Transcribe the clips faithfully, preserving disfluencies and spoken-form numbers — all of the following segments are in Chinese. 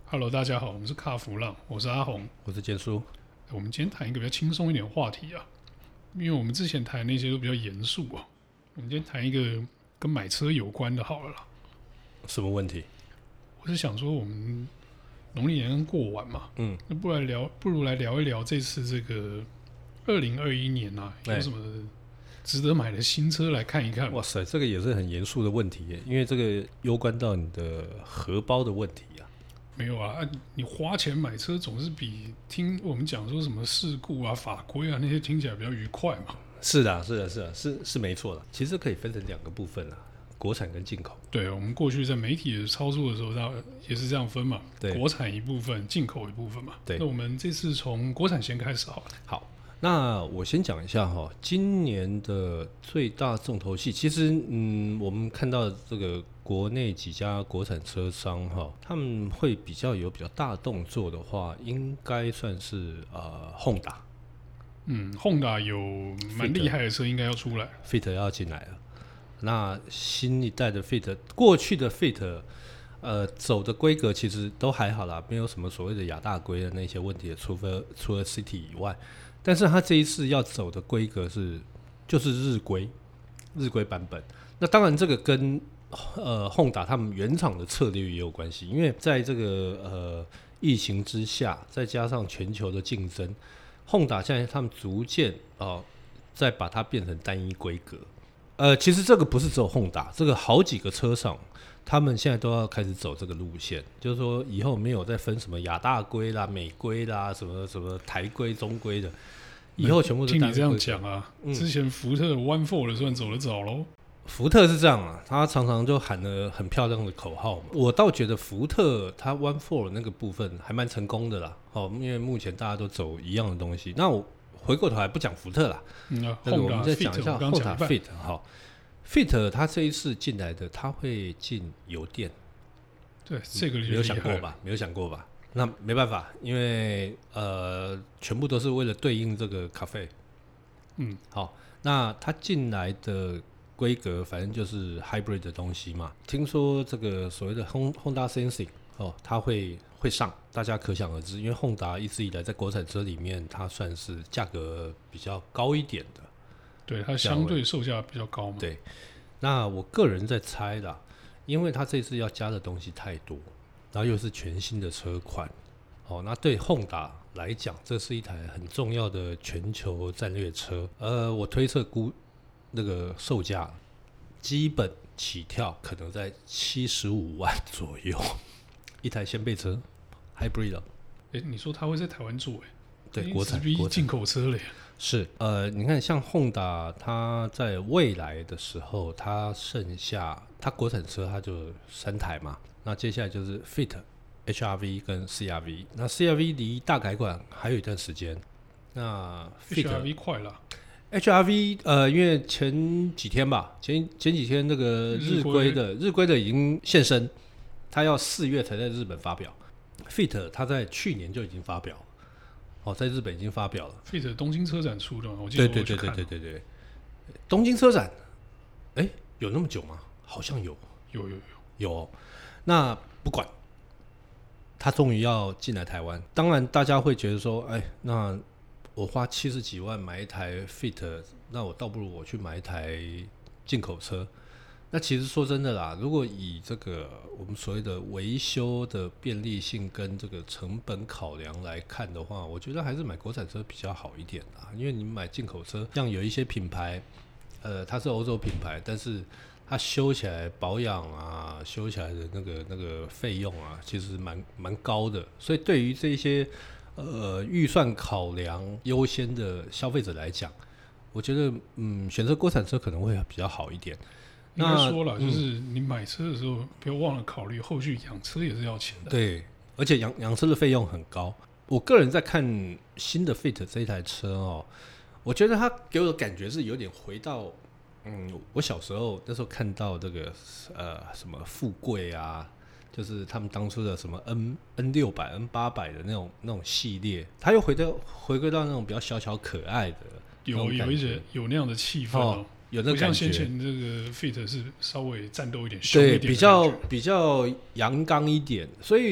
Hello，大家好，我们是卡弗浪，我是阿红， 我是坚叔。 我们今天谈一个比较轻松一点的话题啊，因为我们之前谈那些都比较严肃啊，我们今天谈一个跟买车有关的好了啦。 什么问题？ 我是想说，我们农历年刚过完嘛， 嗯， 那不来聊，不如来聊一聊这次这个二零二一年啊，有什么值得买的新车来看一看。 哇塞，这个也是很严肃的问题耶，因为这个攸关到你的荷包的问题啊。 没有啊，啊你花钱买车总是比听我们讲说什么事故啊、法规啊那些听起来比较愉快嘛。 是的，是的，是的，是是没错的。其实可以分成两个部分啦，国产跟进口。 对，我们过去在媒体的操作的时候，也是这样分嘛，国产一部分，进口一部分嘛。 对， 那我们这次从国产先开始好了。 好。那我先讲一下哈，今年的最大重头戏，其实嗯，我们看到这个国内几家国产车商哈，他们会比较有比较大动作的话，应该算是呃 Honda。 嗯 ，Honda 有蛮厉害的车应该要出来 ，Fit 要进来了。那新一代的 Fit， 过去的 Fit， 呃，走的规格其实都还好啦，没有什么所谓的亚大规的那些问题，除非除了 City 以外。但是它这一次要走的规格是就是日规，日规版本。那当然这个跟呃 Honda 他们原厂的策略也有关系，因为在这个呃疫情之下，再加上全球的竞争 ，Honda 现在他们逐渐哦、呃、再把它变成单一规格。呃，其实这个不是只有 Honda， 这个好几个车厂。他们现在都要开始走这个路线，就是说以后没有再分什么亚大规啦、美规啦、什么什么台规、中规的，以后全部都听你这样讲啊、 嗯， 之前福特的 One Four 算走得早喽。 福特是这样啊，他常常就喊了很漂亮的口号嘛。我倒觉得福特他 One Four 那个部分还蛮成功的啦，哦，因为目前大家都走一样的东西。那我回过头来不讲福特啦， 嗯啊， 那个我们再讲一下 Honda Fit 好。Fit 它这一次进来的，它会进油电， 对，这个没有想过吧？没有想过吧？那没办法，因为呃，全部都是为了对应这个咖啡。嗯，好，那它进来的规格，反正就是 hybrid 的东西嘛。听说这个所谓的 Honda Sensing 哦，它会会上，大家可想而知，因为 Honda 一直以来在国产车里面，它算是价格比较高一点的。 对，它相对售价比较高嘛。 对，那我个人在猜啦，因为它这次要加的东西太多，然后又是全新的车款，哦，那对 Honda 来讲，这是一台很重要的全球战略车。呃，我推测估那个售价基本起跳可能在七十五万左右，一台掀背车 ，Hybrid 的。 哎，你说它会在台湾做？哎， 对，国产国产进口车嘞。 是，呃，你看，像 Honda，它在未来的时候，它剩下它国产车，它就三台嘛。那接下来就是 Fit、H R V 跟 C R V。那 C R V 离大改款还有一段时间。那 Fit, H R V 快了。 H R V， 呃，因为前几天吧，前前几天那个日规的日规的已经现身，它要四月才在日本发表。Fit 它在去年就已经发表了。哦，在日本已经发表了。 Fit 东京车展出的，我记得我对对对对对对对，东京车展，哎，有那么久吗？好像有， 有有有有、哦。那不管，他终于要进来台湾。当然，大家会觉得说，哎，那我花七十几万买一台 Fit， 那我倒不如我去买一台进口车。那其实说真的啦，如果以这个我们所谓的维修的便利性跟这个成本考量来看的话，我觉得还是买国产车比较好一点啦。因为你买进口车，像有一些品牌，呃，它是欧洲品牌，但是它修起来保养啊，修起来的那个那个费用啊，其实蛮蛮高的。所以对于这些呃预算考量优先的消费者来讲，我觉得嗯，选择国产车可能会比较好一点。 应该说了，就是你买车的时候，不要忘了考虑后续养车也是要钱的。 对，而且养养车的费用很高。我个人在看新的 Fit 这一台车哦，我觉得它给我的感觉是有点回到，嗯，我小时候那时候看到这个呃什么富贵啊，就是他们当初的什么 N N 六百、N 八百的那种那种系列，它又回到回归到那种比较小巧可爱的， 有有一些有那样的气氛哦。哦有那不像先前这个 Fit 是稍微战斗一点、凶一点的， 对，比较比较阳刚一点，所以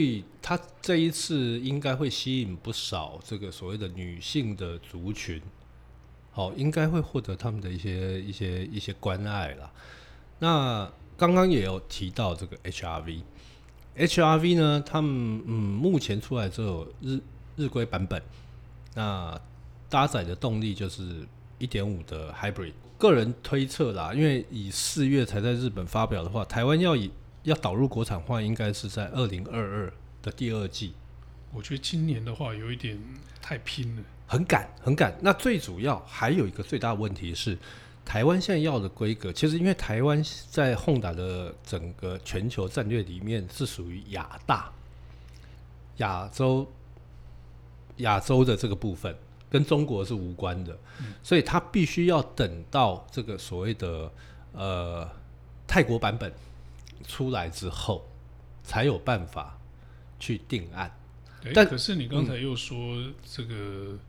它这一次应该会吸引不少这个所谓的女性的族群，好、哦，应该会获得他们的一些一些一些关爱啦。那刚刚也有提到这个 H R V，H R V 呢，他们嗯目前出来之后日日规版本，那搭载的动力就是 一点五 的 Hybrid。个人推测啦，因为以四月才在日本发表的话，台湾要以要导入国产化，应该是在二零二二的第二季。 我觉得今年的话有一点太拼了， 很赶很赶。那最主要还有一个最大的问题是，台湾现在要的规格，其实因为台湾在 Honda 的整个全球战略里面是属于亚大、亚洲、亚洲的这个部分，跟中国是无关的，嗯、所以它必须要等到这个所谓的呃泰国版本出来之后，才有办法去定案。 但可是你刚才又说、嗯、这个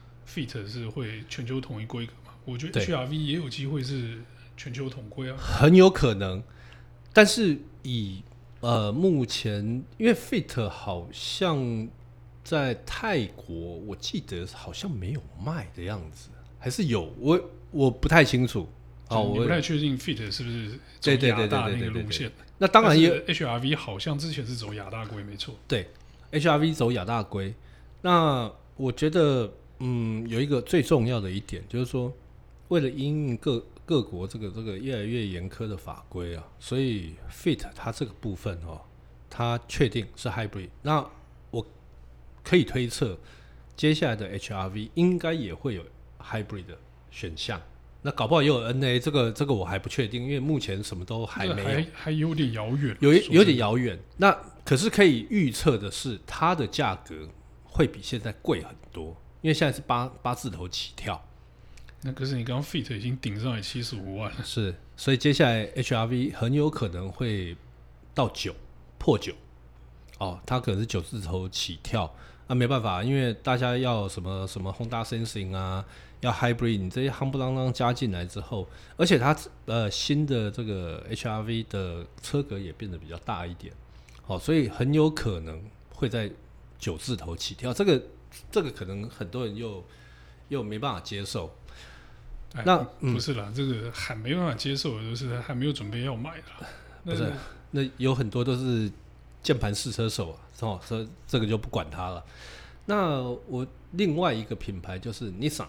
Fit 是会全球统一规格嘛？我觉得 H R V 也有机会是全球统规啊， 很有可能。但是以呃目前，因为 Fit 好像在泰国，我记得好像没有卖的样子，还是有，我我不太清楚。 哦，你不太确定 Fit 是不是走亚大那个路线？ 那当然也 H R V 好像之前是走亚大规，没错。 对 ，H R V 走亚大规。那我觉得，嗯，有一个最重要的一点就是说，为了因应各各国这个这个越来越严苛的法规啊，所以 Fit 它这个部分哦，它确定是 Hybrid。那我可以推测，接下来的 H R V 应该也会有 Hybrid 的选项。那搞不好也有 N A， 这个这个我还不确定，因为目前什么都还没有， 还还有点遥远， 有有点遥远。那可是可以预测的是，它的价格会比现在贵很多，因为现在是八八字头起跳。 那可是你刚刚 Fit 已经顶上来七十五万了， 是，所以接下来 H R V 很有可能会到九破九，哦，它可能是九字头起跳。那、啊、没办法，因为大家要什么什么 Honda Sensing 啊，要 Hybrid， 你这些夯不啷当加进来之后，而且它呃新的这个 H R V 的车格也变得比较大一点，好、哦，所以很有可能会在九字头起跳。这个这个可能很多人又又没办法接受。 那、嗯、不是啦，这个还没办法接受的，就是还没有准备要买的。 不是，那有很多都是键盘式车手啊，哦，这这个就不管它了。那我另外一个品牌就是 Nissan。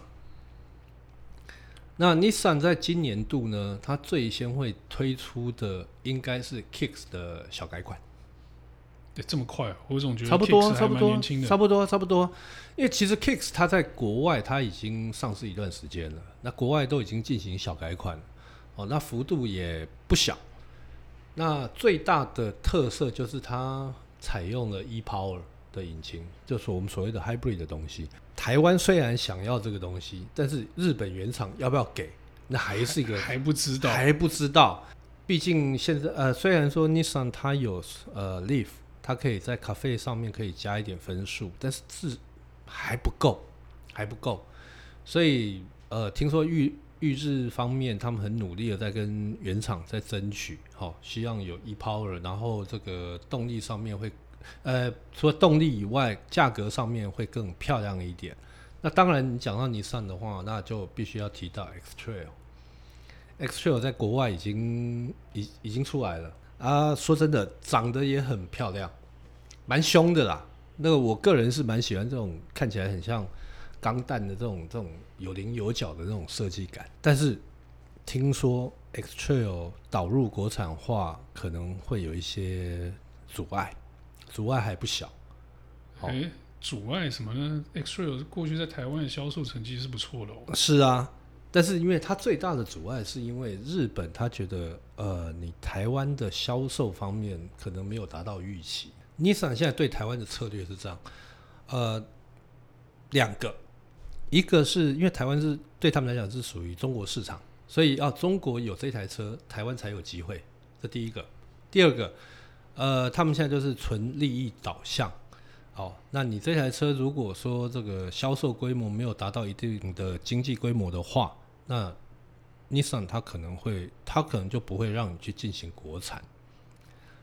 那 Nissan 在今年度呢，它最先会推出的应该是 Kicks 的小改款。 对，这么快、啊，我总觉得差不多， 差不多， 差不多，差不多。因为其实 Kicks 它在国外它已经上市一段时间了，那国外都已经进行小改款，哦，那幅度也不小。那最大的特色就是它采用了 e-Power 的引擎，就是我们所谓的 Hybrid 的东西。台湾虽然想要这个东西，但是日本原厂要不要给，那还是一个还, 还不知道， 还不知道。毕竟现在呃，虽然说 Nissan 它有呃 Leaf， 它可以在咖啡上面可以加一点分数，但是是还不够，还不够。所以呃，听说预预日方面，他们很努力的在跟原厂在争取，好、哦，希望有 e-Power， 然后这个动力上面会。呃，除了动力以外，价格上面会更漂亮一点。那当然，你讲到尼桑的话，那就必须要提到 X-Trail。X-Trail 在国外已经已已经出来了啊，说真的，长得也很漂亮，蛮凶的啦。那个我个人是蛮喜欢这种看起来很像钢弹的这种这种有棱有角的这种设计感。但是听说 X-Trail 导入国产化可能会有一些阻碍。阻碍还不小， 哎、欸，阻碍什么呢 ？X-Trail 过去在台湾的销售成绩是不错的哦。 是啊，但是因为它最大的阻碍是因为日本，他觉得呃，你台湾的销售方面可能没有达到预期。Nissan 现在对台湾的策略是这样，呃，两个，一个是因为台湾是对他们来讲是属于中国市场，所以要中国有这台车，台湾才有机会，这第一个。第二个。呃，他们现在就是纯利益导向，哦，那你这台车如果说这个销售规模没有达到一定的经济规模的话，那 Nissan 它可能会，它可能就不会让你去进行国产。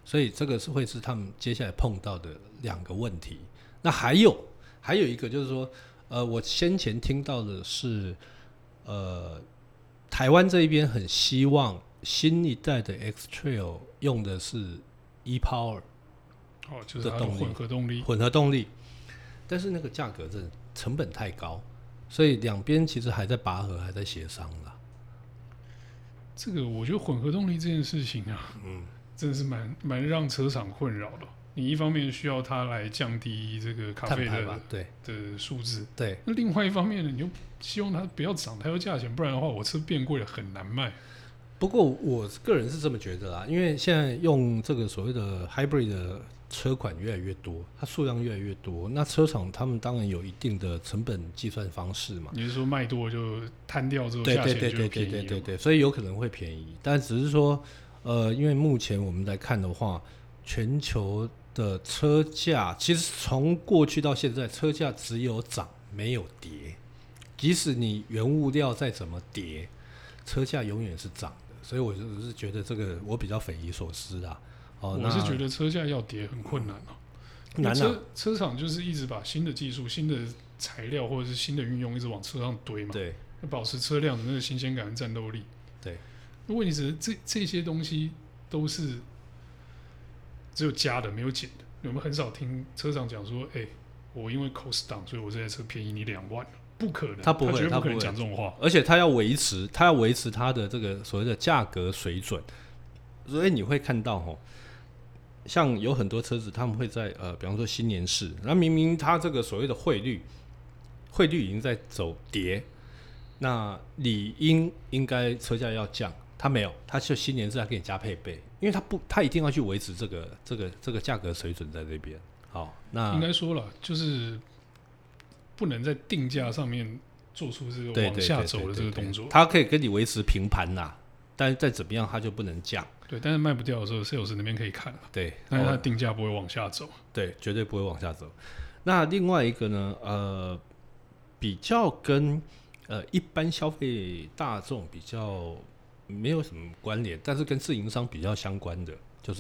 所以这个是会是他们接下来碰到的两个问题。那还有还有一个就是说，呃，我先前听到的是，呃，台湾这一边很希望新一代的 X-Trail 用的是 e-Power， 哦，就是它的混合动力， 混合动力，但是那个价格真的成本太高，所以两边其实还在拔河，还在协商啦。 这个我觉得混合动力这件事情啊，嗯，真的是蛮蛮让车厂困扰的。你一方面需要它来降低这个咖啡的对的数字， 对， 那另外一方面呢，你又希望它不要涨太多价钱，不然的话我车变贵了很难卖。 不过我个人是这么觉得啦，因为现在用这个所谓的 hybrid 的车款越来越多，它数量越来越多，那车厂他们当然有一定的成本计算方式嘛。 你是说卖多就摊掉之后价钱就便宜了？对对对对对对对，所以有可能会便宜，但只是说，呃，因为目前我们来看的话，全球的车价其实从过去到现在，车价只有涨没有跌，即使你原物料再怎么跌，车价永远是涨的，所以我就是觉得这个我比较匪夷所思啊。哦， 我是觉得车价要跌很困难哦、 嗯，难啊。 车车厂就是一直把新的技术、新的材料或者是新的运用一直往车上堆嘛， 对， 保持车辆的那个新鲜感和战斗力。 对， 问题是这这些东西都是只有加的没有减的，我们很少听车厂讲说，哎、欸，我因为 cost down， 所以我这台车便宜你两万，不可能， 他不会， 他绝对不可能讲这种话， 而且他要维持，他要维持他的这个所谓的价格水准，所以你会看到吼，像有很多车子他们会在呃，比方说新年式，那明明他这个所谓的汇率，汇率已经在走跌，那理应应该车价要降。他没有，他就新年式他给你加配备，因为他不，他一定要去维持这个这个这个价格水准在这边。好，那应该说了，就是不能在定价上面做出这个往下走的这个动作。 他可以跟你维持平盘啦，但再怎么样他就不能降。 对，但是卖不掉的时候 ，sales 那边可以看了。 对， 但是他的定价不会往下走。 对，绝对不会往下走。那另外一个呢，呃，比较跟呃一般消费大众比较没有什么关联，但是跟自营商比较相关的就是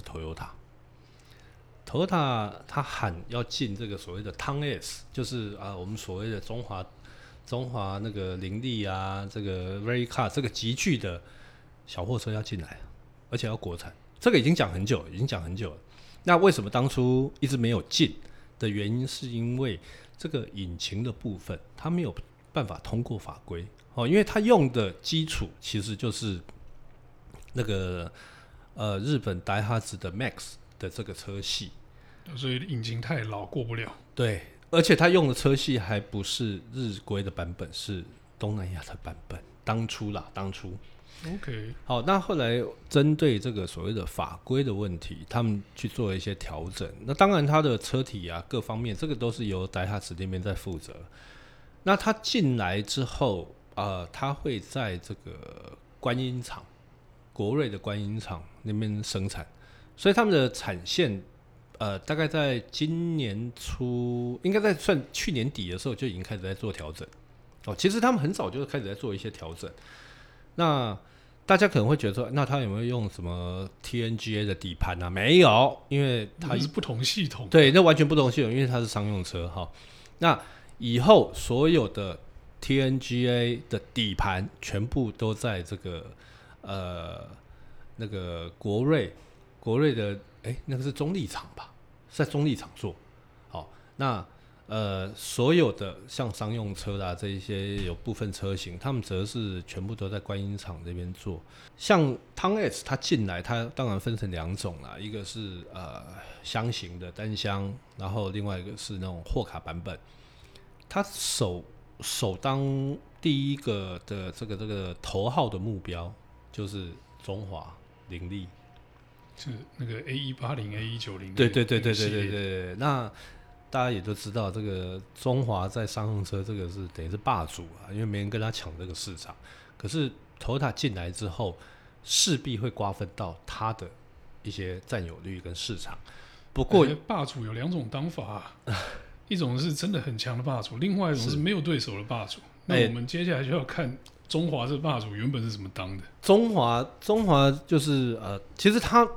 Toyota。Toyota 他喊要进这个所谓的 Town S， 就是啊我们所谓的中华中华那个凌力啊，这个 Very Car 这个集聚的小货车要进来，而且要国产，这个已经讲很久，已经讲很久了。那为什么当初一直没有进的原因，是因为这个引擎的部分它没有办法通过法规哦，因为它用的基础其实就是那个呃日本 Daihatsu 的 Max 的这个车系， 所以引擎太老过不了。 对，而且它用的车系还不是日规的版本，是东南亚的版本。当初啦，当初。 OK， 好，那后来针对这个所谓的法规的问题，他们去做了一些调整。那当然，它的车体啊各方面，这个都是由 Daihatsu 那边在负责。那它进来之后，呃，它会在这个观音厂。国瑞的观音厂那边生产，所以他们的产线，呃，大概在今年初，应该在算去年底的时候就已经开始在做调整。哦，其实他们很早就开始在做一些调整。那大家可能会觉得说，那他有没有用什么 T N G A 的底盘啊？没有，因为它是不同系统。 对，那完全不同系统，因为它是商用车哈。那以后所有的 T N G A 的底盘全部都在这个。呃，那个国瑞，国瑞的，哎，那个是中立厂吧？是在中立厂做。好，那呃，所有的像商用车啦，这一些有部分车型，他们则是全部都在观音厂这边做。像 Town S 它进来，它当然分成两种啦，一个是呃箱型的单箱，然后另外一个是那种货卡版本。它首首当第一个的这个这个头号的目标。就是中华凌力， 是那个 A 一八零 A 一九零， 对对对对对对对。那大家也都知道，这个中华在商用车这个是等于是霸主啊，因为没人跟他抢这个市场。可是 Toyota 进来之后，势必会瓜分到他的一些占有率跟市场。不过， 欸、霸主有两种当法、啊，一种是真的很强的霸主，另外一种是没有对手的霸主。那我们接下来就要看。中华这霸主原本是怎么当的？ 中华，中华就是呃，其实他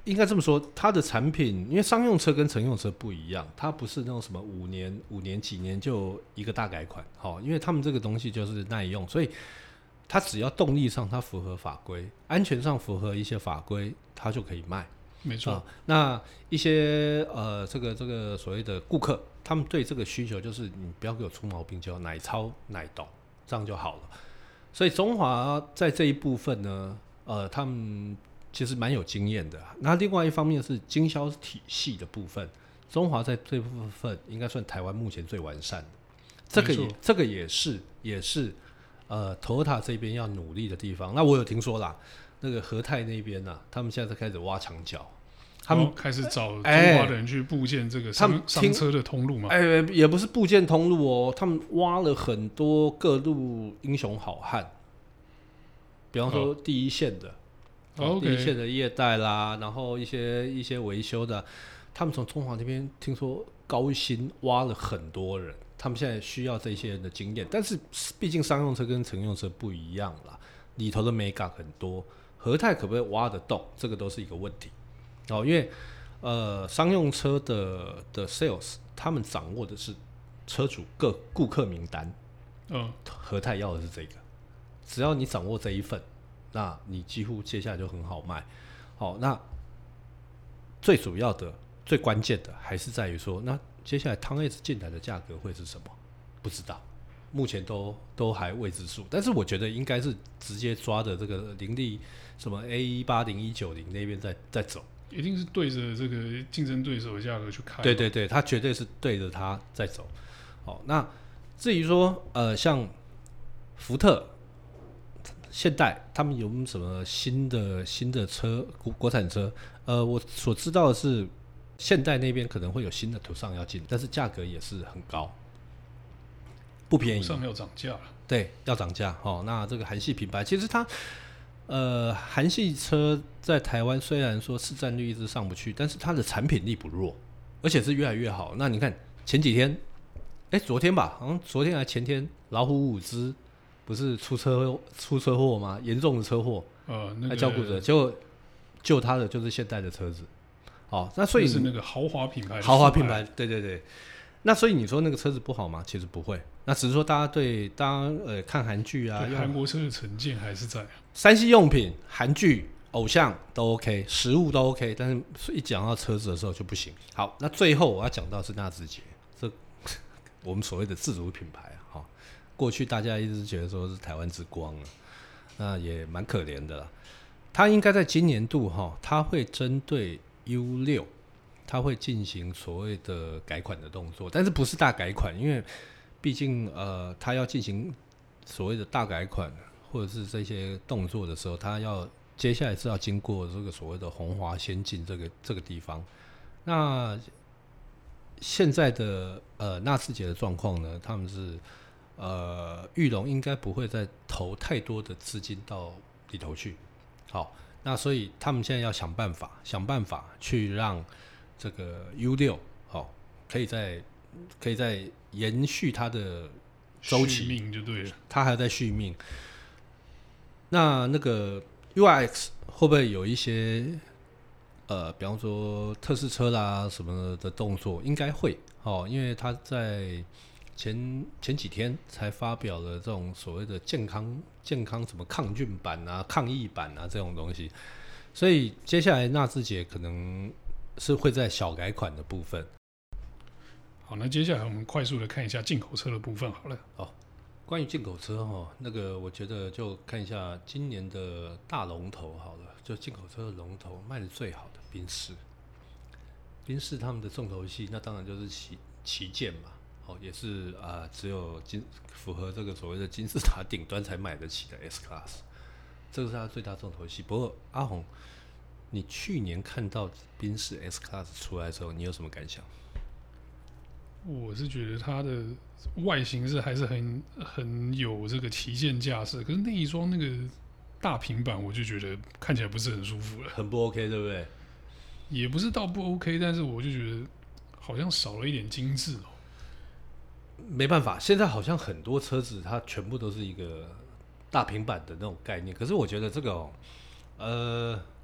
应该这么说，它的产品因为商用车跟乘用车不一样，它不是那种什么五年、五年几年就一个大改款，好，因为他们这个东西就是耐用，所以它只要动力上它符合法规，安全上符合一些法规，它就可以卖。 没错、 啊。那一些呃，这个这个所谓的顾客，他们对这个需求就是你不要给我出毛病，就要奶超奶懂，这样就好了。所以中华在这一部分呢，呃，他们其实蛮有经验的。那另外一方面是经销体系的部分，中华在这部分应该算台湾目前最完善的。这个也这个也是也是呃 Toyota 这边要努力的地方。那我有听说啦，那个和泰那边啊，他们现在在开始挖墙脚。他们、 哦、开始找中华的人去布建这个商、欸、商车的通路嘛？ 哎、欸，也不是布建通路哦，他们挖了很多各路英雄好汉，比方说第一线的， 哦哦、 第一线的业代啦，然后一些一些维修的，他们从中华那边听说高薪挖了很多人，他们现在需要这些人的经验，但是毕竟商用车跟乘用车不一样啦，里头的美感很多，和泰可不可以挖得动，这个都是一个问题。哦，因为呃，商用车的的 sales， 他们掌握的是车主各顾客名单， 嗯， 和泰要的是这个，只要你掌握这一份，那你几乎接下来就很好卖。好，那最主要的、最关键的还是在于说，那接下来汤 S 进来的价格会是什么？不知道，目前都都还未知数。但是我觉得应该是直接抓的这个零利什么 A 一八零、一九零那边在在走。 一定是对着这个竞争对手的价格去开。 对对对，他绝对是对着他在走。好，那至于说呃，像福特、现代，他们有没有什么新的新的车国国产车？呃，我所知道的是，现代那边可能会有新的途尚要进，但是价格也是很高，不便宜。 途尚要涨价了。 对，要涨价。哦，那这个韩系品牌其实它。呃，韩系车在台湾虽然说市占率一直上不去，但是它的产品力不弱，而且是越来越好。那你看前几天，哎，昨天吧，好像昨天还前天，老虎伍兹不是出车出车祸吗？严重的车祸， 呃，那个还照顾者，结果救他的就是现代的车子。哦，那所以是那个豪华品牌， 豪华品牌，对对对。那所以你说那个车子不好吗？其实不会，那只是说大家对大家呃看韩剧啊， 韩国车的成见还是在、啊。 三 C 用品、韩剧、偶像都 OK， 食物都 OK， 但是一讲到车子的时候就不行。好，那最后我要讲到是纳智捷，这我们所谓的自主品牌啊，哈，过去大家一直觉得说是台湾之光啊，那也蛮可怜的啦。它应该在今年度哈，它会针对 U 六，它会进行所谓的改款的动作，但是不是大改款，因为毕竟呃，它要进行所谓的大改款。或者是这些动作的时候，他要接下来是要经过这个所谓的鸿华先进这个这个地方。那现在的呃纳智捷的状况呢，他们是呃裕隆应该不会再投太多的资金到里头去。好，那所以他们现在要想办法，想办法去让这个 U 六 好可以在可以在延续它的周期， 续命就对了， 它还在续命。那那个 U I X 会不会有一些呃，比方说特仕车啦什么的动作？应该会哦，因为他在前前几天才发表了这种所谓的健康健康什么抗菌版啊、抗疫版啊这种东西，所以接下来纳智捷可能是会在小改款的部分。 好，那接下来我们快速的看一下进口车的部分好了。 哦。关于进口车哈，那个我觉得就看一下今年的大龙头好了，就进口车的龙头卖的最好的宾士，宾士他们的重头戏，那当然就是旗旗舰嘛，哦，也是啊、呃，只有金符合这个所谓的金字塔顶端才买得起的 S Class， 这个是它最大重头戏。不过阿红，你去年看到宾士 S Class 出来的时候，你有什么感想？ 我是觉得它的外形是还是很很有这个旗舰架势，可是内装那个大平板，我就觉得看起来不是很舒服了， 很不 OK， 对不对？ 也不是到不 OK， 但是我就觉得好像少了一点精致哦。 没办法，现在好像很多车子它全部都是一个大平板的那种概念，可是我觉得这个哦，呃，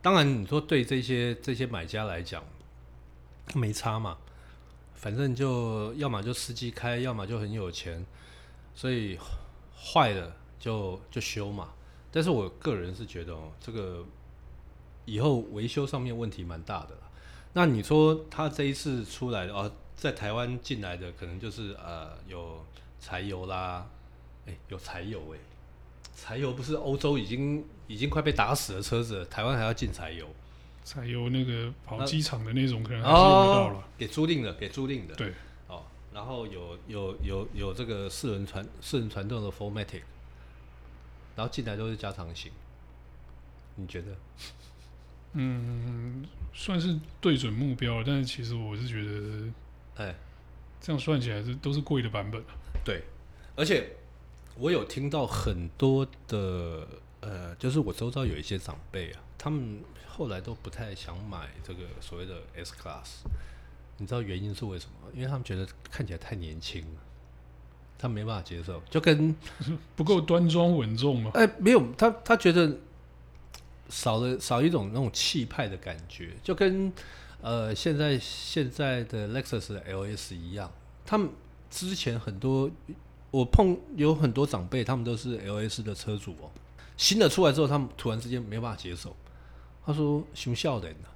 当然你说对这些这些买家来讲没差嘛，反正就要么就司机开，要么就很有钱，所以坏了就就修嘛。但是我个人是觉得哦，这个以后维修上面问题蛮大的啦。那你说他这一次出来的哦，在台湾进来的可能就是呃有柴油啦，哎、欸、有柴油哎、欸，柴油不是欧洲已经已经快被打死的车子了，台湾还要进柴油， 柴油那个跑机场的那种可能还是用得到了、哦， 给租赁的给租赁的对哦，然后有有有有这个四轮传四轮传动的 四 matic， 然后进来都是加长型，你觉得？ 嗯，算是对准目标了，但是其实我是觉得，哎，这样算起来是都是贵的版本、啊、 对，而且我有听到很多的，呃，就是我周遭有一些长辈啊，他们后来都不太想买这个所谓的 S Class， 你知道原因是为什么？因为他们觉得看起来太年轻了，他们没办法接受，就跟不够端庄稳重吗？ 哎、欸，没有，他他觉得。少了少一种那种气派的感觉，就跟呃现在现在的 Lexus 的 L S 一样，他们之前很多我碰有很多长辈，他们都是 L S 的车主哦，新的出来之后，他们突然之间没办法接受，他说熊笑人啊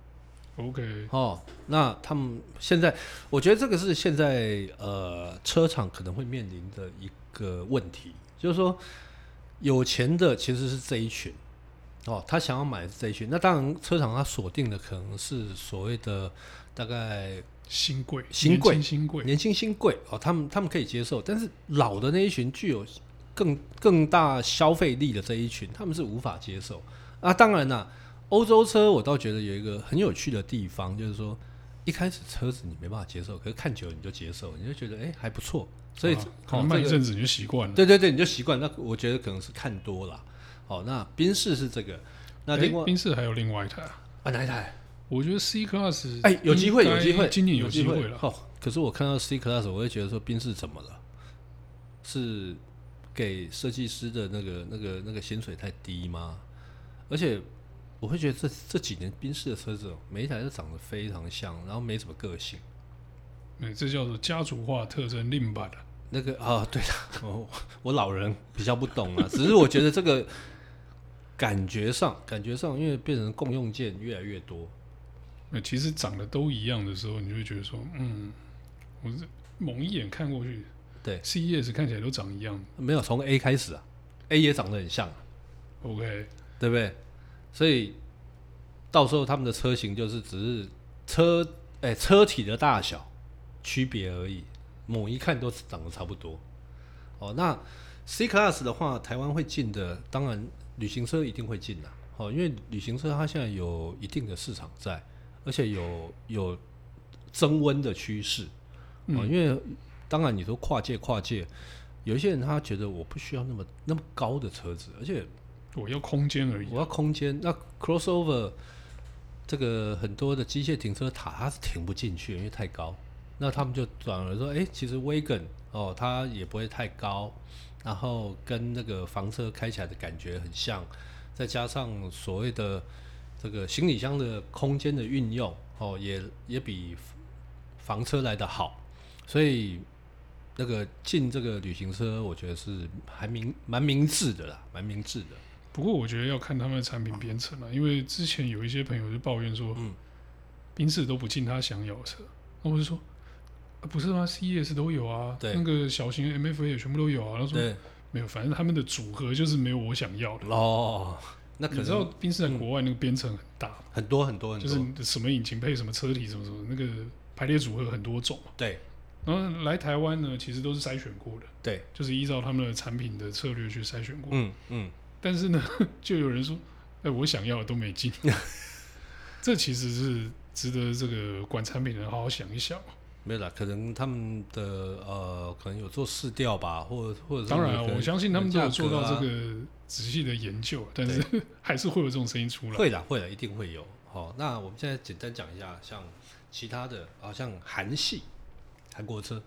，OK， 哦，那他们现在我觉得这个是现在呃车厂可能会面临的一个问题，就是说有钱的其实是这一群。哦，他想要买的是这一群，那当然车厂他锁定的可能是所谓的大概新贵、 新贵、 年轻新贵、 年轻新贵哦，他们他们可以接受，但是老的那一群具有更更大消费力的这一群，他们是无法接受。啊，当然啦，欧洲车我倒觉得有一个很有趣的地方，就是说一开始车子你没办法接受，可是看久了你就接受，你就觉得哎、欸、还不错，所以、 啊、可能慢一阵子你就习惯了、 这個。对对对，你就习惯。那我觉得可能是看多了。哦，那宾士是这个，那另外宾士还有另外一台啊，哪一台？ 我觉得 C Class 哎、欸，有机会，有机会， 今年有机会了。 哦，可是我看到 C Class， 我会觉得说宾士怎么了？是给设计师的那个、那个、那个薪水太低吗？而且我会觉得这这几年宾士的车子每一台都长得非常像，然后没什么个性。 对，这叫做家族化特征另版的。 那个啊，对的，我我老人比较不懂啊，只是我觉得这个感觉上，感觉上，因为变成共用件越来越多， 其实长得都一样的时候，你就会觉得说，嗯，我是猛一眼看过去， 对 ，C E S 看起来都长一样， 没有从 A 开始啊 ，A 也长得很像、啊、 ，OK， 对不对？所以到时候他们的车型就是只是车，哎、欸，车体的大小区别而已。某一看都长得差不多，哦，那 C Class 的话，台湾会进的，当然旅行车一定会进的，哦，因为旅行车它现在有一定的市场在，而且有有增温的趋势，哦，因为当然你说跨界跨界，有一些人他觉得我不需要那么那么高的车子，而且我要空间而已， 我要空间，那 crossover 这个很多的机械停车塔它是停不进去，因为太高。那他们就转而说，哎、欸，其实 Wagon 哦，它也不会太高，然后跟那个房车开起来的感觉很像，再加上所谓的这个行李箱的空间的运用，哦，也也比房车来得好，所以那个进这个旅行车，我觉得是还明蛮明智的啦，蛮明智的。 不过我觉得要看他们的产品编程啦，因为之前有一些朋友就抱怨说，嗯，宾士都不进他想要的车，那我就说。啊、不是吗 ？C E S 都有啊，那个小型 M F A 也全部都有啊。他说没有，反正他们的组合就是没有我想要的。 哦，那可能你知道宾士在国外那个编程很大、嗯， 很多很多很多， 就是什么引擎配什么车体什么什么，那个排列组合很多种。 对。 然后来台湾呢，其实都是筛选过的。 对， 就是依照他们的产品的策略去筛选过。 嗯嗯。 但是呢，就有人说，哎、欸，我想要的都没进。这其实是值得这个管产品的人好好想一想。 没有啦，可能他们的呃，可能有做试调吧，或者或者是当然、啊，我相信他们都有做到这啊、 个仔细的研究，但是还是会有这种声音出来。 会的，会的，一定会有。好，那我们现在简单讲一下，像其他的啊，像韩系韩国车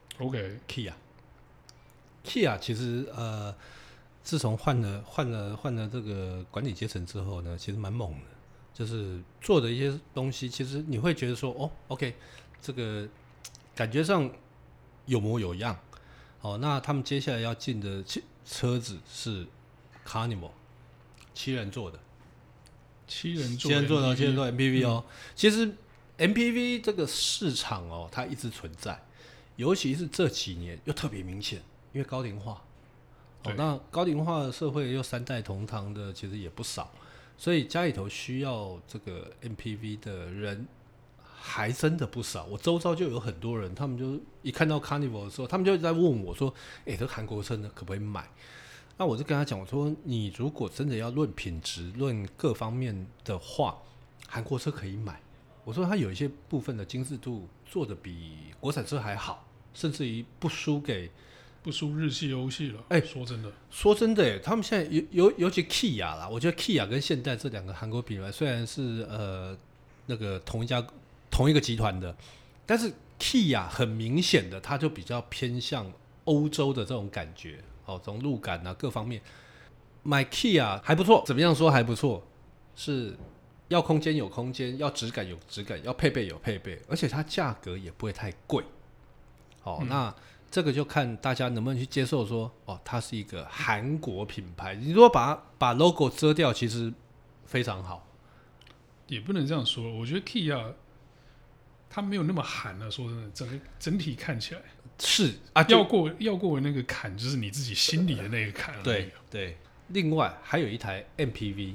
，OK，Kia，Kia 其实呃，自从换了换了换了这个管理阶层之后呢，其实蛮猛的。 就是做的一些东西，其实你会觉得说，哦 ，OK， 这个感觉上有模有样。哦，那他们接下来要进的车子是 Carnival， 七人座的， 七人座， 七人座的，七人座 M P V 哦。 嗯、 其实 M P V 这个市场哦，它一直存在，尤其是这几年又特别明显，因为高龄化。哦，那高龄化的社会又三代同堂的，其实也不少，所以家里头需要这个 M P V 的人还真的不少。我周遭就有很多人，他们就一看到 Carnival 的时候，他们就在问我说：“哎、欸，这韩国车呢，可不可以买？”那我就跟他讲，我说：“你如果真的要论品质、论各方面的话，韩国车可以买。我说它有一些部分的精致度做的比国产车还好，甚至于不输给。” 不输日系、欧系了。 哎、 欸，说真的， 说真的，他们现在尤尤尤其 Kia 啦，我觉得 Kia 跟现代这两个韩国品牌虽然是呃那个同一家同一个集团的，但是 Kia 很明显的，它就比较偏向欧洲的这种感觉，哦，从路感啊各方面，买 Kia 还不错，怎么样说还不错？是要空间有空间，要质感有质感，要配备有配备，而且它价格也不会太贵。哦，嗯、那。这个就看大家能不能去接受说，哦，它是一个韩国品牌。你如果把它把 logo 遮掉，其实非常好。 也不能这样说，我觉得 Kia 它没有那么韩啊。说真的，整个整体看起来是啊， 要过要过那个坎，就是你自己心里的那个坎。 对对。另外还有一台 M P V，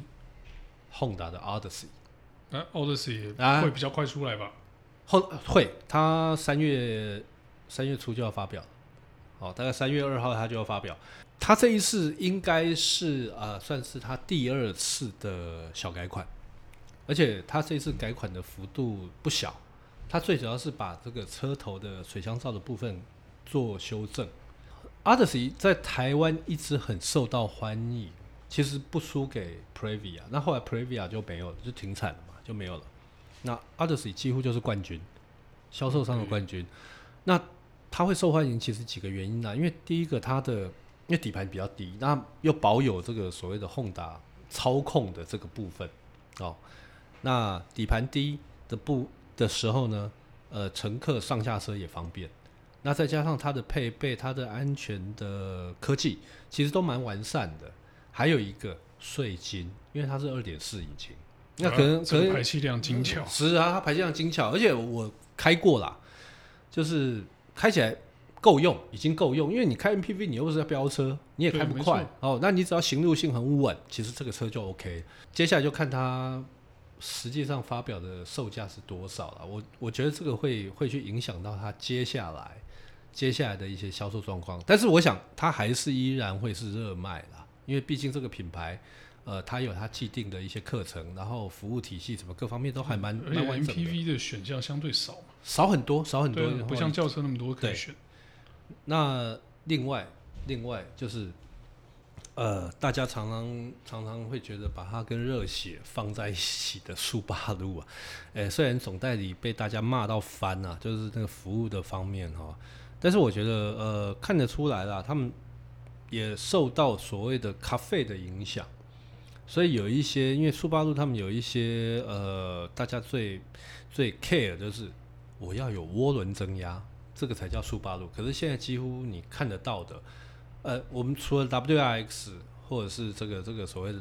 Honda 的 Odyssey。 啊 ，Odyssey 会比较快出来吧？ 后会，它三月。三月初就要发表，好，大概三月二号它就要发表。它这一次应该是呃，算是它第二次的小改款，而且它这一次改款的幅度不小。它最主要是把这个车头的水箱罩的部分做修正。Odyssey 在台湾一直很受到欢迎，其实不输给 Previa， 那后来 Previa 就没有了，就停产了嘛，就没有了。那 Odyssey 几乎就是冠军，销售上的冠军。那它会受欢迎，其实几个原因啦。因为第一个，它的因为底盘比较低，那又保有这个所谓的 Honda 操控的这个部分哦。那底盘低的部的时候呢，呃，乘客上下车也方便。那再加上它的配备、它的安全的科技，其实都蛮完善的。还有一个税金，因为它是 二点四 引擎，那可能、啊、 可能排气量精巧。 是啊，它排气量精巧，而且我开过啦。就是开起来够用，已经够用，因为你开 M P V， 你又不是要飙车，你也开不快哦。那你只要行路性很稳，其实这个车就 OK。接下来就看它实际上发表的售价是多少了。我我觉得这个会会去影响到它接下来接下来的一些销售状况。但是我想它还是依然会是热卖啦，因为毕竟这个品牌。呃，它有它既定的一些课程，然后服务体系什么各方面都还蛮蛮完整的。 M P V 的选项相对少嘛， 少很多，少很多， 不像轿车那么多可以选。 那另外，另外就是，呃，大家常常常常会觉得把它跟热血放在一起的速八路啊，呃，虽然总代理被大家骂到翻啊，就是那个服务的方面哈、哦，但是我觉得呃看得出来啦，他们也受到所谓的咖啡的影响。所以有一些，因为速八路他们有一些呃，大家最最 care 就是我要有涡轮增压，这个才叫速八路。可是现在几乎你看得到的，呃，我们除了 W R X 或者是这个这个所谓的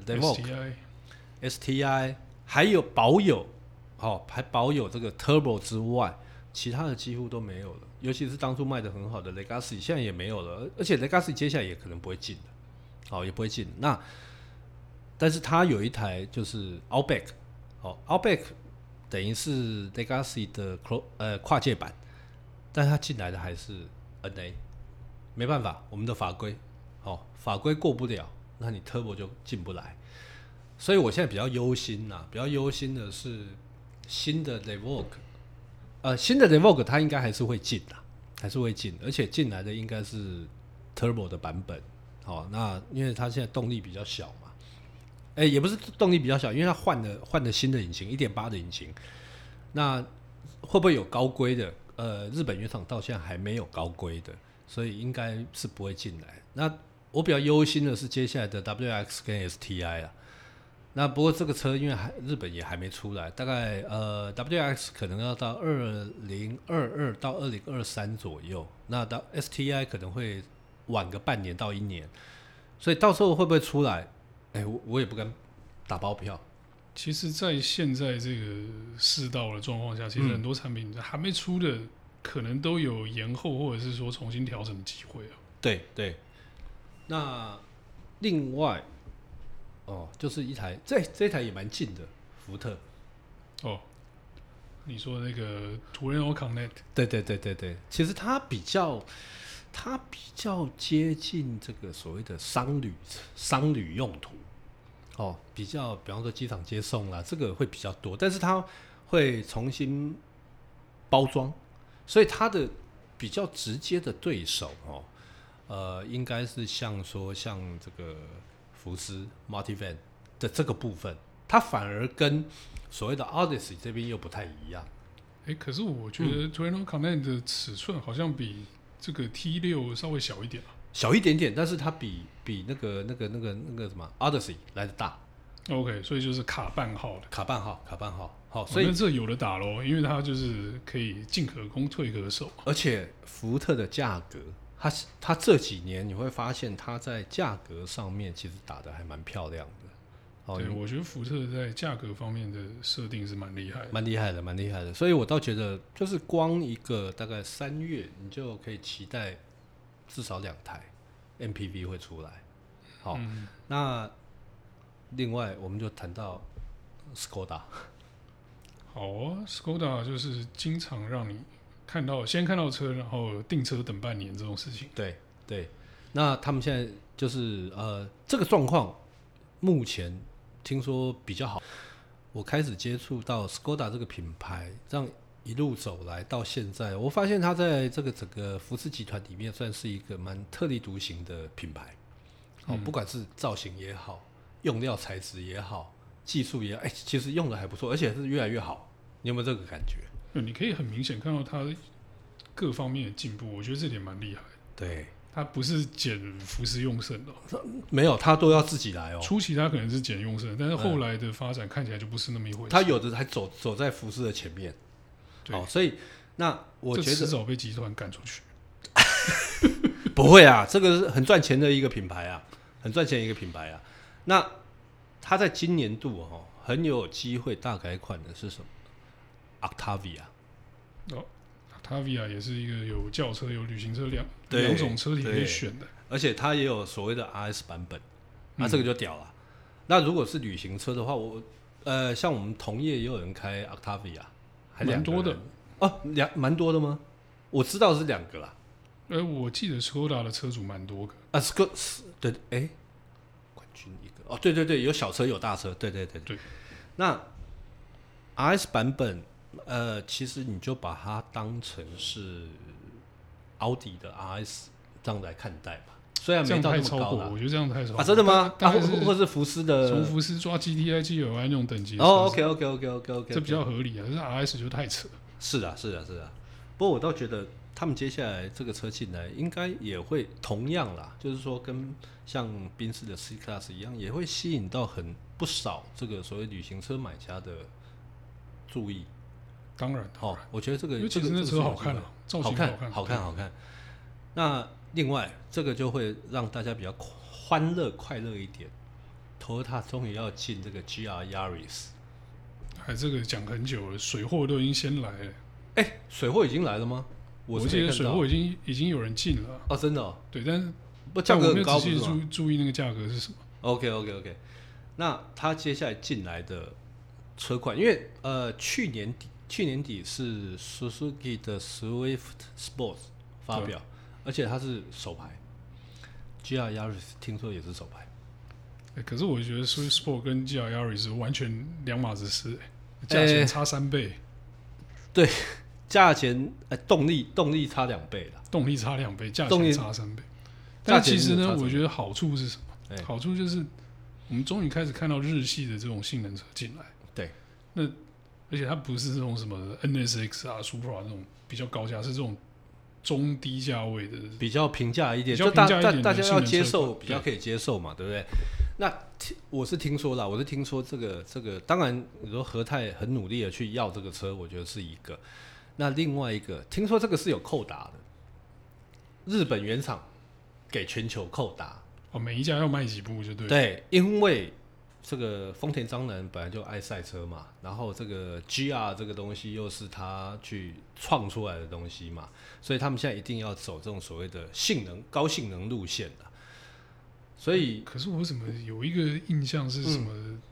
Evoque、S T I， 还有保有，好、哦，还保有这个 Turbo 之外，其他的几乎都没有了。尤其是当初卖得很好的 Legacy， 现在也没有了，而且 Legacy 接下来也可能不会进了，好、哦，也不会进。那但是它有一台就是 Outback， 哦 ，Outback 等于是 Legacy 的呃跨界版，但它进来的还是 N A， 没办法，我们的法规，哦，法规过不了，那你 Turbo 就进不来。所以我现在比较忧心呐、啊，比较忧心的是新的 Evoque， 呃，新的 Evoque 它应该还是会进的，还是会进，而且进来的应该是 Turbo 的版本，好、哦，那因为它现在动力比较小嘛。哎、欸，也不是动力比较小，因为它换了换了新的引擎 一点八 的引擎，那会不会有高规的？呃，日本原厂到现在还没有高规的，所以应该是不会进来。那我比较忧心的是接下来的 W R X 跟 S T I 啊， 那不过这个车因为还日本也还没出来，大概呃 W X 可能要到二零二二到二零二三左右，那到 S T I 可能会晚个半年到一年，所以到时候会不会出来？哎、欸，我我也不敢打包票。 其实，在现在这个世道的状况下，其实很多产品还没出的，可能都有延后或者是说重新调整的机会啊。 对对。那另外，哦，就是一台这这一台也蛮近的，福特。 哦，你说那个 Torino Connect？ 对对对对对，其实它比较。它比较接近这个所谓的商旅商旅用途，哦，比较比方说机场接送啦，这个会比较多，但是它会重新包装，所以它的比较直接的对手哦，呃，应该是像说像这个福斯 Multivan 的这个部分，它反而跟所谓的 Odyssey 这边又不太一样。 哎，可是我觉得 Torino Connect 的尺寸好像比这个 T 六 稍微小一点啊， 小一点点，但是它比比那个那个那个那个什么 Odyssey 来的大。 OK， 所以就是卡半号的， 卡半号，卡半号，好， 所以、哦、那这有的打咯，因为它就是可以进可攻退可守， 而且福特的价格，它它这几年你会发现它在价格上面其实打得还蛮漂亮的。 哦，对，我觉得福特在价格方面的设定是蛮厉害的， 蛮厉害的，蛮厉害的。所以我倒觉得，就是光一个大概三月，你就可以期待至少两台 M P V 会出来。好，嗯、那另外我们就谈到 Skoda。 好啊 ，Skoda 就是经常让你看到先看到车，然后订车等半年这种事情。 对对，那他们现在就是呃这个状况，目前。听说比较好，我开始接触到 Skoda 这个品牌，这样一路走来到现在，我发现它在这个整个福斯集团里面算是一个蛮特立独行的品牌。嗯、不管是造型也好，用料材质也好，技术也好，哎、欸，其实用的还不错，而且是越来越好。你有没有这个感觉？ 你可以很明显看到它各方面的进步，我觉得这点蛮厉害的。 对。 他不是捡福斯用剩的、 哦，没有，他都要自己来哦。 初期他可能是捡用剩，但是后来的发展看起来就不是那么一回事。 他有的还走走在福斯的前面， 对， 哦、所以那我觉得迟早被集团赶出去。 不会啊，这个是很赚钱的一个品牌啊，很赚钱的一个品牌啊。那他在今年度哦，很有机会大改款的是什么 ？Octavia。 哦。Octavia 也是一个有轿车、有旅行车两两种车体可以选的， 而且它也有所谓的 R S 版本，那、嗯啊、这个就屌了。那如果是旅行车的话，我呃，像我们同业也有人开 Octavia， 还蛮多的哦，两蛮多的吗？我知道是两个啦。 呃，我记得 Skoda 的车主蛮多个啊 ，Skoda 对，哎、欸，冠军一个哦，对对对，有小车有大车，对对对对。 那 R S 版本。呃，其实你就把它当成是奥迪的 R S 这样来看待吧，虽然没到那么高啦， 我觉得这样太超过啊，真的吗？ 啊， 或是福斯的， 从福斯抓 G T I G L I 那种等级哦 ，OK OK OK OK OK， 这比较合理啊，可是 R S 就太扯。 是啊是啊是啊，不过我倒觉得他们接下来这个车进来，应该也会同样啦，就是说跟像宾士的 C Class 一样，也会吸引到很不少这个所谓旅行车买家的注意。 当然， 哦，我觉得这个， 因为其实那车好看啊，造型好看，好看，好看。那另外，这个就会让大家比较欢乐、快乐一点。Toyota 终于要进这个 G R Yaris， 哎，这个讲很久了，水货都已经先来了。 哎、欸，水货已经来了吗？ 我, 我记得水货已经已经有人进了。 哦，真的、哦？ 对，但是不价格很高， 仔细注注意那个价格是什么 ？OK OK OK。那他接下来进来的车款，因为呃去年底。去年底是 Suzuki 的 Swift Sports 发表，而且它是手排 ，G R Yaris 听说也是手排。 欸、可是我觉得 Swift Sport 跟 G R Yaris 是完全两码子事、欸，价钱差三倍、欸。 对，价钱、欸、动力动力差两倍了， 动力差两倍，价钱差三倍。但其实呢，我觉得好处是什么？ 欸、 好处就是我们终于开始看到日系的这种性能车进来。 对， 那。而且它不是这种什么 N S X 啊、Supra 这种比较高价，是这种中低价位的， 比较平价一点， 就大大大家要接受，比较可以接受嘛，对不对？ 那我是听说啦，我是听说这个这个，当然你说和泰很努力的去要这个车，我觉得是一个。那另外一个，听说这个是有扣打的，日本原厂给全球扣打。 哦，每一家要卖几部就对了。 对，因为这个丰田章男本来就爱赛车嘛，然后这个 G R 这个东西又是他去创出来的东西嘛，所以他们现在一定要走这种所谓的性能高性能路线的。所以， 可是我怎么有一个印象是什么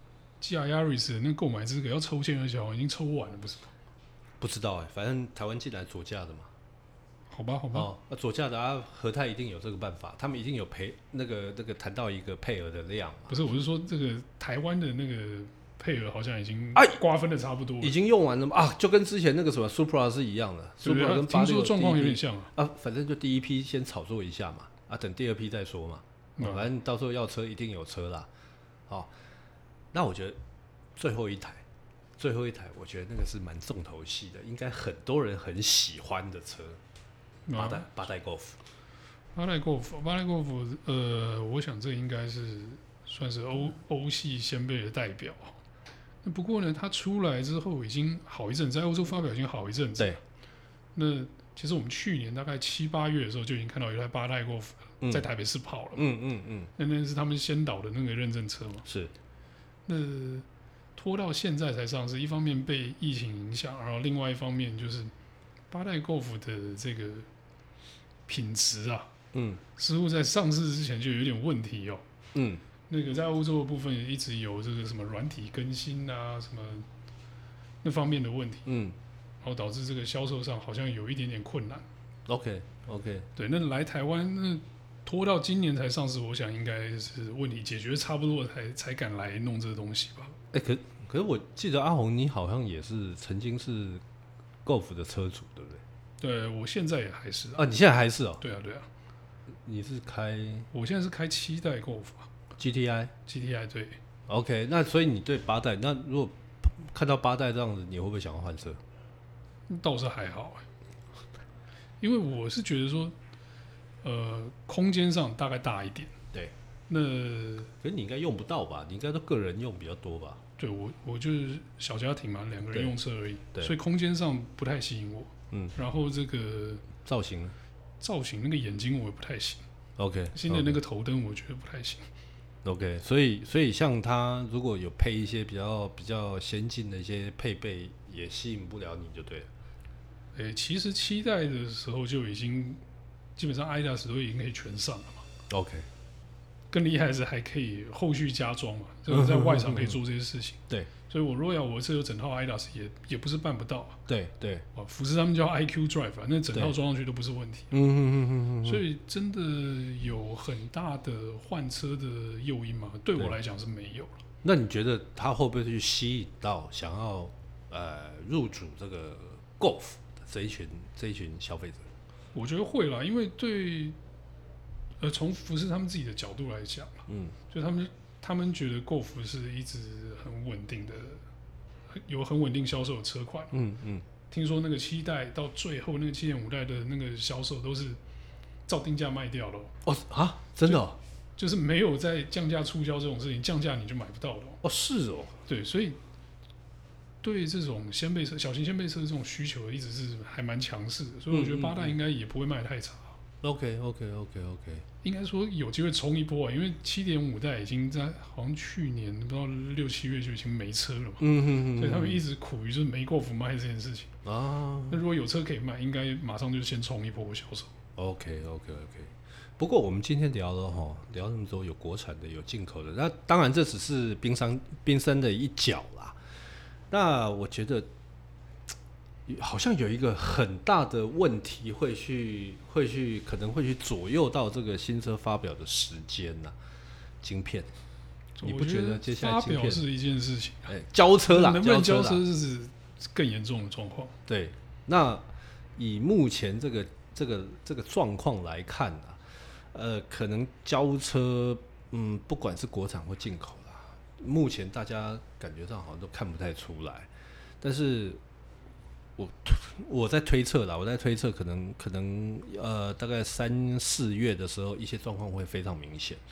G R Yaris 的那购买资格要抽签，而且好像已经抽完了，不是吗？ 不知道哎、欸，反正台湾进来左驾的嘛。 好吧，好吧。 哦，那左驾的啊，和泰一定有这个办法，他们一定有赔那个那个谈到一个配额的量嘛。 不是，我是说这个台湾的那个配额好像已经瓜分的差不多了， 已经用完了嘛啊，就跟之前那个什么 Supra 是一样的。 Supra 跟听说状况有点像啊。 啊，反正就第一批先炒作一下嘛，啊，等第二批再说嘛。嗯、反正到时候要车一定有车啦。好、哦，那我觉得最后一台，最后一台，我觉得那个是蛮重头戏的，应该很多人很喜欢的车。八代八代 Golf， 八代 Golf， 八代 Golf， 呃，我想这应该是算是欧欧系先辈的代表。那不过呢，它出来之后已经好一阵，在欧洲发表已经好一阵子。 对。 那其实我们去年大概七八月的时候就已经看到有一台八代 Golf 在台北市跑了。 嗯嗯嗯。 那那是他们先导的那个认证车嘛。 是。 那拖到现在才上市，一方面被疫情影响，然后另外一方面就是八代 Golf 的这个品质啊， 嗯， 似乎在上市之前就有点问题哦。 嗯， 那个在欧洲的部分一直有这个什么软体更新啊，什么那方面的问题， 嗯， 然后导致这个销售上好像有一点点困难。 OK OK， 对，那来台湾那拖到今年才上市，我想应该是问题解决差不多才才敢来弄这个东西吧。 哎、欸，可可是我记得阿红你好像也是曾经是 Golf 的车主，对不对？ 对，我现在也还是啊。 啊，你现在还是哦？ 对啊，对啊。 你是开？ 我现在是开七代 Golf 啊 G T I。G T I 对。 OK， 那所以你对八代，那如果看到八代这样子，你会不会想要换车？ 倒是还好哎、欸，因为我是觉得说，呃，空间上大概大一点。 对。 那可是你应该用不到吧？你应该都个人用比较多吧？ 对，我我就是小家庭嘛，两个人用车而已，所以空间上不太吸引我。 嗯。 然后这个造型， 造型那个眼睛我也不太行。 OK。 新的那个头灯我觉得不太行。 OK， 所以所以像它如果有配一些比较比较先进的一些配备，也吸引不了你就对了。 诶、欸，其实七代的时候就已经基本上 I D A S 都已经可以全上了嘛。 OK。 更厉害的是还可以后续加装嘛，就是在外场可以做这些事情。 对， 所以我如果要我这有整套 I D A S 也也不是办不到啊。 对对， 哦，福斯他们叫 I Q Drive， 啊，那整套装上去都不是问题。 嗯嗯嗯嗯。 所以真的有很大的换车的诱因嘛？对我来讲是没有了。 那你觉得他会不会去吸引到想要呃入主这个 Golf 的这一群这一群消费者？ 我觉得会啦，因为对。呃，从福斯他们自己的角度来讲， 嗯， 就他们他们觉得 Golf 是一直很稳定的，有很稳定销售的车款， 嗯嗯。 听说那个七代到最后那个七点五代的那个销售都是照定价卖掉了。 哦啊，真的、哦就，就是没有在降价促销这种事情，降价你就买不到了。 哦，是哦， 对，所以对这种掀背车、小型掀背车这种需求一直是还蛮强势的，所以我觉得八代应该也不会卖太差。 OK OK OK OK， 应该说有机会冲一波啊，因为七点五代已经在好像去年不知道六七月就已经没车了嘛， 嗯哼哼， 所以他们一直苦于就是没Golf卖这件事情啊。 那如果有车可以卖，应该马上就先冲一波销售。 OK OK OK。不过我们今天聊了哈，聊那么多有国产的有进口的，那当然这只是冰山冰山的一角啦。那我觉得。好像有一个很大的问题会去会去可能会去左右到这个新车发表的时间呐、啊，晶片，你不觉得接下来晶片发表是一件事情、啊？ 哎、欸，交车啦， 能不能交车是更严重的状况。 对，那以目前这个这个这个状况来看啊，呃，可能交车，嗯，不管是国产或进口啦，目前大家感觉上好像都看不太出来，但是。我我在推测啦，我在推测可能可能呃大概三四月的时候，一些状况会非常明显。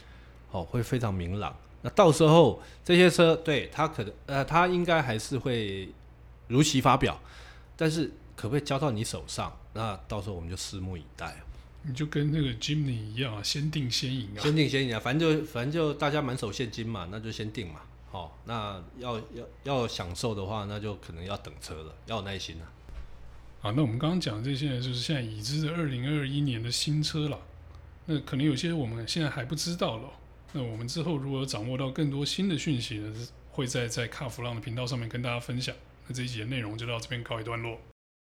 哦，会非常明朗。那到时候这些车，对它可能呃，它应该还是会如期发表，但是可不可以交到你手上？那到时候我们就拭目以待。 你就跟那个 Jimny 一样啊，先定先赢啊， 先定先赢啊，反正就反正就大家满手现金嘛，那就先定嘛。好、哦，那要要要享受的话，那就可能要等车了，要有耐心啊。 啊，那我们刚刚讲的这些呢，就是现在已知的二零二一年的新车了。那可能有些我们现在还不知道了。那我们之后如果掌握到更多新的讯息呢，会在在卡弗浪的频道上面跟大家分享。那这一集的内容就到这边告一段落。